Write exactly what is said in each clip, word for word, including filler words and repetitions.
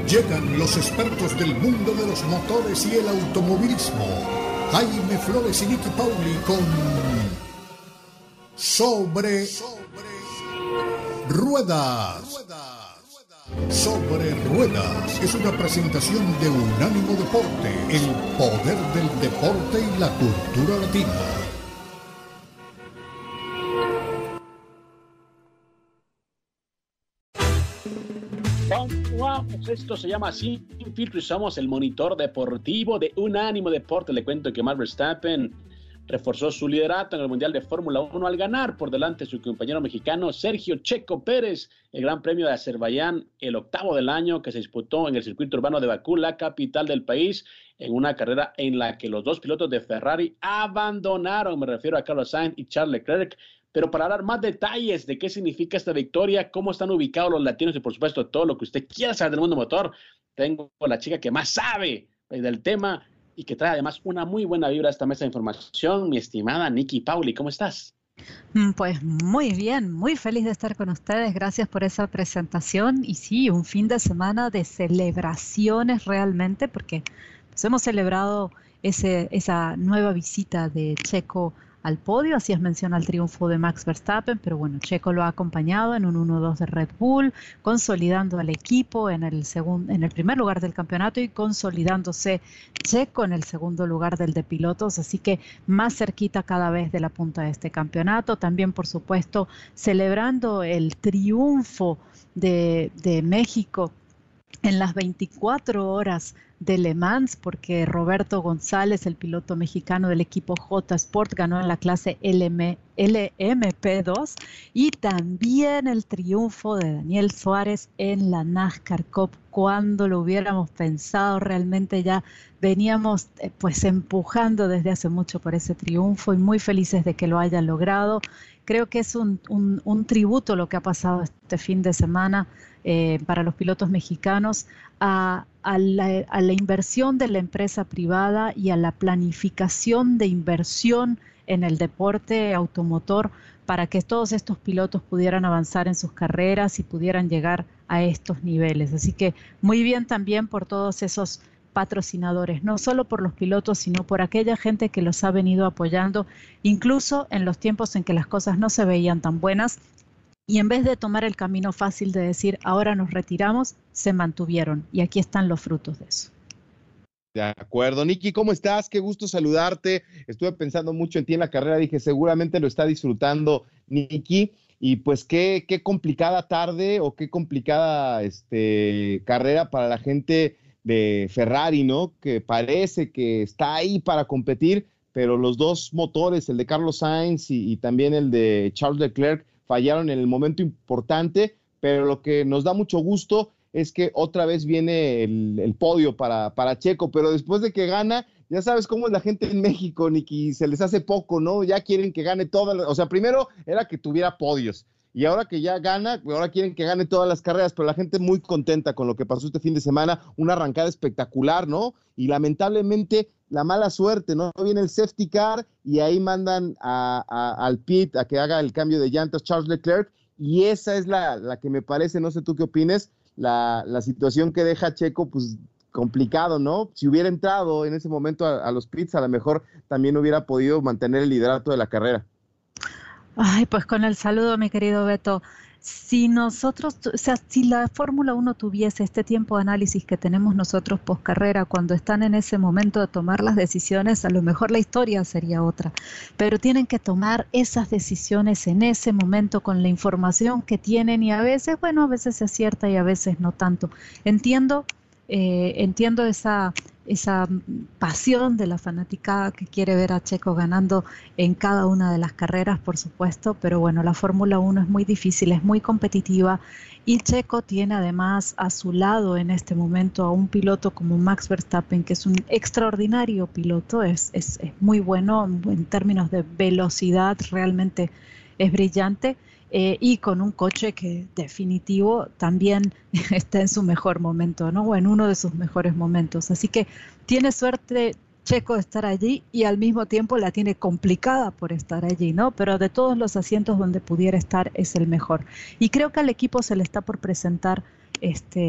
Llegan los expertos del mundo de los motores y el automovilismo. Jaime Flores y Nicky Pauli con Sobre Ruedas. Sobre Ruedas es una presentación de Unánimo Deporte, el poder del deporte y la cultura latina. Continuamos, esto se llama Sin Filtro y somos el monitor deportivo de Unánimo Deporte. Le cuento que Max Verstappen reforzó su liderato en el Mundial de Fórmula uno al ganar por delante de su compañero mexicano Sergio Checo Pérez el Gran Premio de Azerbaiyán, el octavo del año, que se disputó en el circuito urbano de Bakú, la capital del país, en una carrera en la que los dos pilotos de Ferrari abandonaron, me refiero a Carlos Sainz y Charles Leclerc. Pero para dar más detalles de qué significa esta victoria, cómo están ubicados los latinos y por supuesto todo lo que usted quiera saber del mundo motor, tengo a la chica que más sabe del tema y que trae además una muy buena vibra a esta mesa de información, mi estimada Nicky Pauli. ¿Cómo estás? Pues muy bien, muy feliz de estar con ustedes. Gracias por esa presentación. Y sí, un fin de semana de celebraciones realmente, porque pues, hemos celebrado ese, esa nueva visita de Checo al podio. Hacías mención al triunfo de Max Verstappen, pero bueno, Checo lo ha acompañado en un uno dos de Red Bull, consolidando al equipo en el, segundo, en el primer lugar del campeonato y consolidándose Checo en el segundo lugar del de pilotos, así que más cerquita cada vez de la punta de este campeonato. También, por supuesto, celebrando el triunfo de, de México en las veinticuatro horas de Le Mans, porque Roberto González, el piloto mexicano del equipo J Sport, ganó en la clase L M, L M P dos, y también el triunfo de Daniel Suárez en la NASCAR Cup. Cuando lo hubiéramos pensado, realmente ya veníamos eh, pues empujando desde hace mucho por ese triunfo y muy felices de que lo hayan logrado. Creo que es un, un, un tributo lo que ha pasado este fin de semana eh, para los pilotos mexicanos a, a, la, a la inversión de la empresa privada y a la planificación de inversión en el deporte automotor para que todos estos pilotos pudieran avanzar en sus carreras y pudieran llegar a estos niveles. Así que muy bien también por todos esos patrocinadores, no solo por los pilotos, sino por aquella gente que los ha venido apoyando, incluso en los tiempos en que las cosas no se veían tan buenas, y en vez de tomar el camino fácil de decir, ahora nos retiramos, se mantuvieron, y aquí están los frutos de eso. De acuerdo. Nicky, ¿cómo estás? Qué gusto saludarte. Estuve pensando mucho en ti en la carrera, dije, seguramente lo está disfrutando Nicky, y pues qué, qué complicada tarde o qué complicada este, carrera para la gente de Ferrari, ¿no? Que parece que está ahí para competir, pero los dos motores, el de Carlos Sainz y, y también el de Charles Leclerc, fallaron en el momento importante, pero lo que nos da mucho gusto es que otra vez viene el, el podio para, para Checo, pero después de que gana, ya sabes cómo es la gente en México, Nicky, se les hace poco, ¿no? Ya quieren que gane todas, o sea, primero era que tuviera podios, y ahora que ya gana, ahora quieren que gane todas las carreras, pero la gente muy contenta con lo que pasó este fin de semana, una arrancada espectacular, ¿no? Y lamentablemente la mala suerte, ¿no? Viene el safety car y ahí mandan a, a, al pit a que haga el cambio de llantas Charles Leclerc, y esa es la, la que me parece, no sé tú qué opines, la, la situación que deja Checo, pues complicado, ¿no? Si hubiera entrado en ese momento a, a los pits, a lo mejor también hubiera podido mantener el liderato de la carrera. Ay, pues con el saludo, mi querido Beto. Si nosotros, o sea, si la Fórmula uno tuviese este tiempo de análisis que tenemos nosotros post carrera, cuando están en ese momento de tomar las decisiones, a lo mejor la historia sería otra. Pero tienen que tomar esas decisiones en ese momento con la información que tienen y a veces, bueno, a veces se acierta y a veces no tanto. Entiendo, eh, entiendo esa... esa pasión de la fanaticada que quiere ver a Checo ganando en cada una de las carreras, por supuesto, pero bueno, la Fórmula uno es muy difícil, es muy competitiva y Checo tiene además a su lado en este momento a un piloto como Max Verstappen, que es un extraordinario piloto, es, es, es muy bueno en términos de velocidad, realmente es brillante. Eh, y con un coche que definitivo también está en su mejor momento, ¿no? O en uno de sus mejores momentos. Así que tiene suerte Checo de estar allí y al mismo tiempo la tiene complicada por estar allí, ¿no? Pero de todos los asientos donde pudiera estar es el mejor. Y creo que al equipo se le está por presentar este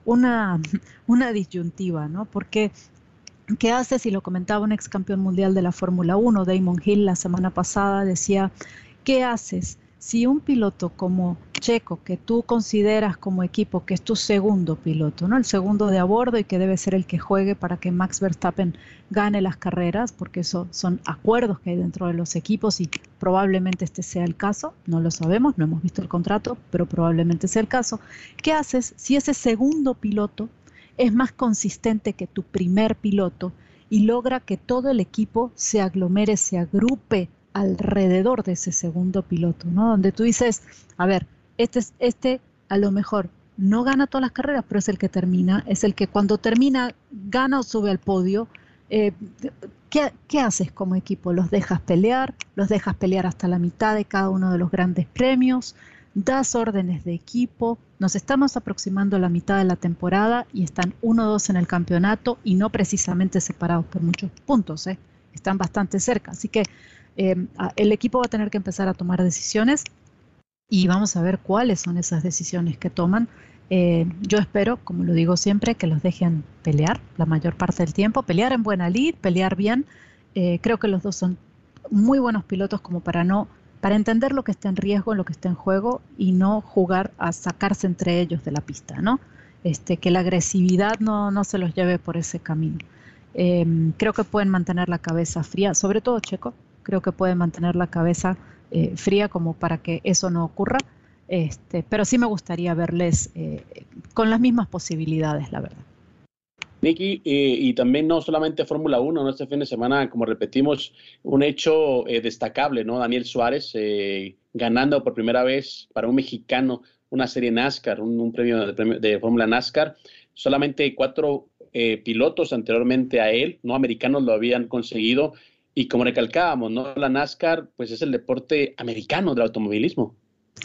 una, una disyuntiva, ¿no? Porque ¿qué haces? Y lo comentaba un ex campeón mundial de la Fórmula uno, Damon Hill, la semana pasada, decía, ¿qué haces si un piloto como Checo, que tú consideras como equipo que es tu segundo piloto, ¿no? El segundo de a bordo y que debe ser el que juegue para que Max Verstappen gane las carreras, porque eso son acuerdos que hay dentro de los equipos y probablemente este sea el caso, no lo sabemos, no hemos visto el contrato, pero probablemente sea el caso. ¿Qué haces si ese segundo piloto es más consistente que tu primer piloto y logra que todo el equipo se aglomere, se agrupe alrededor de ese segundo piloto, ¿no? Donde tú dices, a ver, este, este a lo mejor no gana todas las carreras, pero es el que termina, es el que cuando termina gana o sube al podio. Eh, ¿qué, ¿Qué haces como equipo? ¿Los dejas pelear? ¿Los dejas pelear hasta la mitad de cada uno de los grandes premios? ¿Das órdenes de equipo? Nos estamos aproximando a la mitad de la temporada y están uno dos en el campeonato y no precisamente separados por muchos puntos, ¿eh? Están bastante cerca, así que Eh, el equipo va a tener que empezar a tomar decisiones y vamos a ver cuáles son esas decisiones que toman. Eh, yo espero, como lo digo siempre, que los dejen pelear la mayor parte del tiempo, pelear en buena lid, pelear bien. Eh, creo que los dos son muy buenos pilotos como para no, para entender lo que está en riesgo, lo que está en juego y no jugar a sacarse entre ellos de la pista, ¿no? Este, que la agresividad no, no se los lleve por ese camino. Eh, creo que pueden mantener la cabeza fría, sobre todo Checo. Creo que puede mantener la cabeza eh, fría como para que eso no ocurra, este, pero sí me gustaría verles eh, con las mismas posibilidades, la verdad. Nicky, eh, y también no solamente Fórmula uno, ¿no? Este fin de semana, como repetimos, un hecho eh, destacable, ¿no? Daniel Suárez eh, ganando por primera vez para un mexicano una serie NASCAR, un, un premio de, premio de Fórmula NASCAR. Solamente cuatro eh, pilotos anteriormente a él, no americanos, lo habían conseguido. Y como recalcábamos, ¿no? La NASCAR pues es el deporte americano del automovilismo.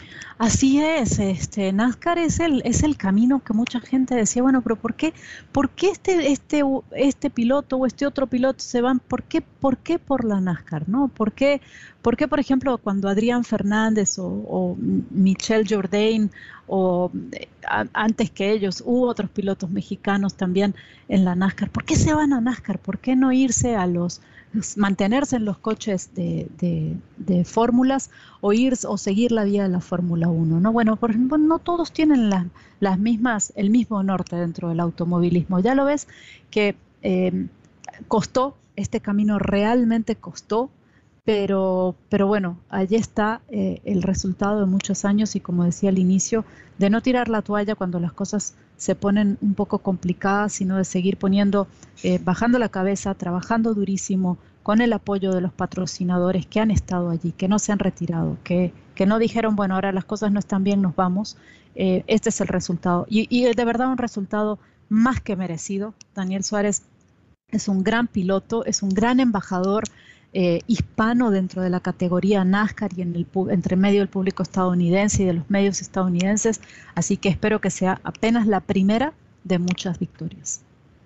Así es, este, NASCAR es el, es el camino que mucha gente decía, bueno, pero ¿por qué, por qué este, este, este piloto o este otro piloto se van? ¿Por qué, por qué por la NASCAR? ¿No? ¿Por qué, por qué, por ejemplo, cuando Adrián Fernández o, o Michel Jourdain o a, antes que ellos hubo otros pilotos mexicanos también en la NASCAR? ¿Por qué se van a NASCAR? ¿Por qué no irse a los mantenerse en los coches de, de, de fórmulas o ir o seguir la vía de la Fórmula uno, ¿no? Bueno, por ejemplo, no todos tienen la, las mismas, el mismo norte dentro del automovilismo. Ya lo ves que eh, costó, este camino realmente costó, pero, pero bueno, allí está eh, el resultado de muchos años y como decía al inicio, de no tirar la toalla cuando las cosas se ponen un poco complicadas, sino de seguir poniendo, eh, bajando la cabeza, trabajando durísimo, con el apoyo de los patrocinadores que han estado allí, que no se han retirado, que, que no dijeron, bueno, ahora las cosas no están bien, nos vamos. Eh, este es el resultado. Y, y de verdad un resultado más que merecido. Daniel Suárez es un gran piloto, es un gran embajador eh, hispano dentro de la categoría NASCAR y en el, entre medio del público estadounidense y de los medios estadounidenses. Así que espero que sea apenas la primera de muchas victorias.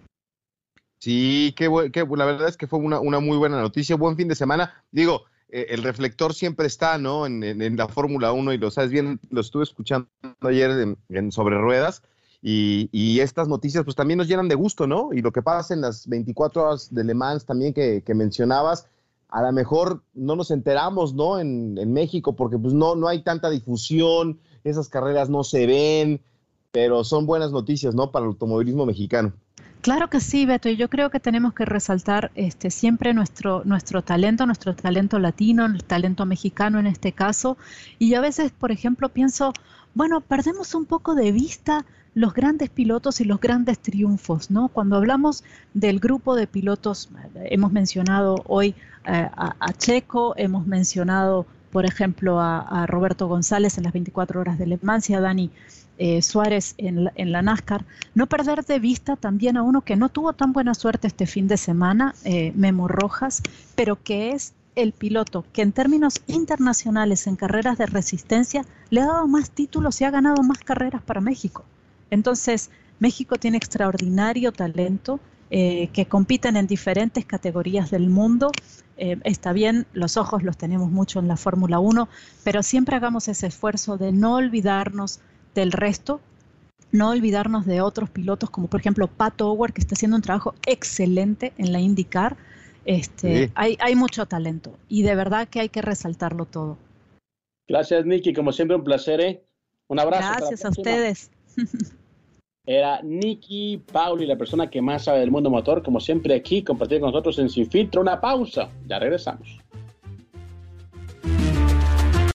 Sí, qué, qué, la verdad es que fue una, una muy buena noticia, buen fin de semana. Digo, eh, el reflector siempre está, ¿no? En, en, en la Fórmula uno y lo sabes bien, lo estuve escuchando ayer en, en Sobre Ruedas y, y estas noticias pues también nos llenan de gusto, ¿no? Y lo que pasa en las veinticuatro horas de Le Mans también que, que mencionabas, a lo mejor no nos enteramos, ¿no? En, en México porque pues no, no hay tanta difusión, esas carreras no se ven, pero son buenas noticias, ¿no? Para el automovilismo mexicano. Claro que sí, Beto, y yo creo que tenemos que resaltar este, siempre nuestro, nuestro talento, nuestro talento latino, el talento mexicano en este caso, y a veces, por ejemplo, pienso, bueno, perdemos un poco de vista los grandes pilotos y los grandes triunfos, ¿no? Cuando hablamos del grupo de pilotos, hemos mencionado hoy eh, a, a Checo, hemos mencionado, por ejemplo, a, a Roberto González en las veinticuatro horas de Le Mans y a Dani Eh, Suárez en la, en la NASCAR, no perder de vista también a uno que no tuvo tan buena suerte este fin de semana, eh, Memo Rojas, pero que es el piloto que en términos internacionales en carreras de resistencia le ha dado más títulos y ha ganado más carreras para México. Entonces, México tiene extraordinario talento, eh, que compiten en diferentes categorías del mundo. Eh, está bien, los ojos los tenemos mucho en la Fórmula uno, pero siempre hagamos ese esfuerzo de no olvidarnos del resto no olvidarnos de otros pilotos, como por ejemplo Pato O'Ward, que está haciendo un trabajo excelente en la IndyCar. Este, sí. hay, hay mucho talento y de verdad que hay que resaltarlo todo. Gracias, Nikki. Como siempre, un placer, ¿eh? Un abrazo. Gracias a ustedes. Era Nikki Pauli, la persona que más sabe del mundo motor, como siempre aquí, compartiendo con nosotros en Sin Filtro. Una pausa. Ya regresamos.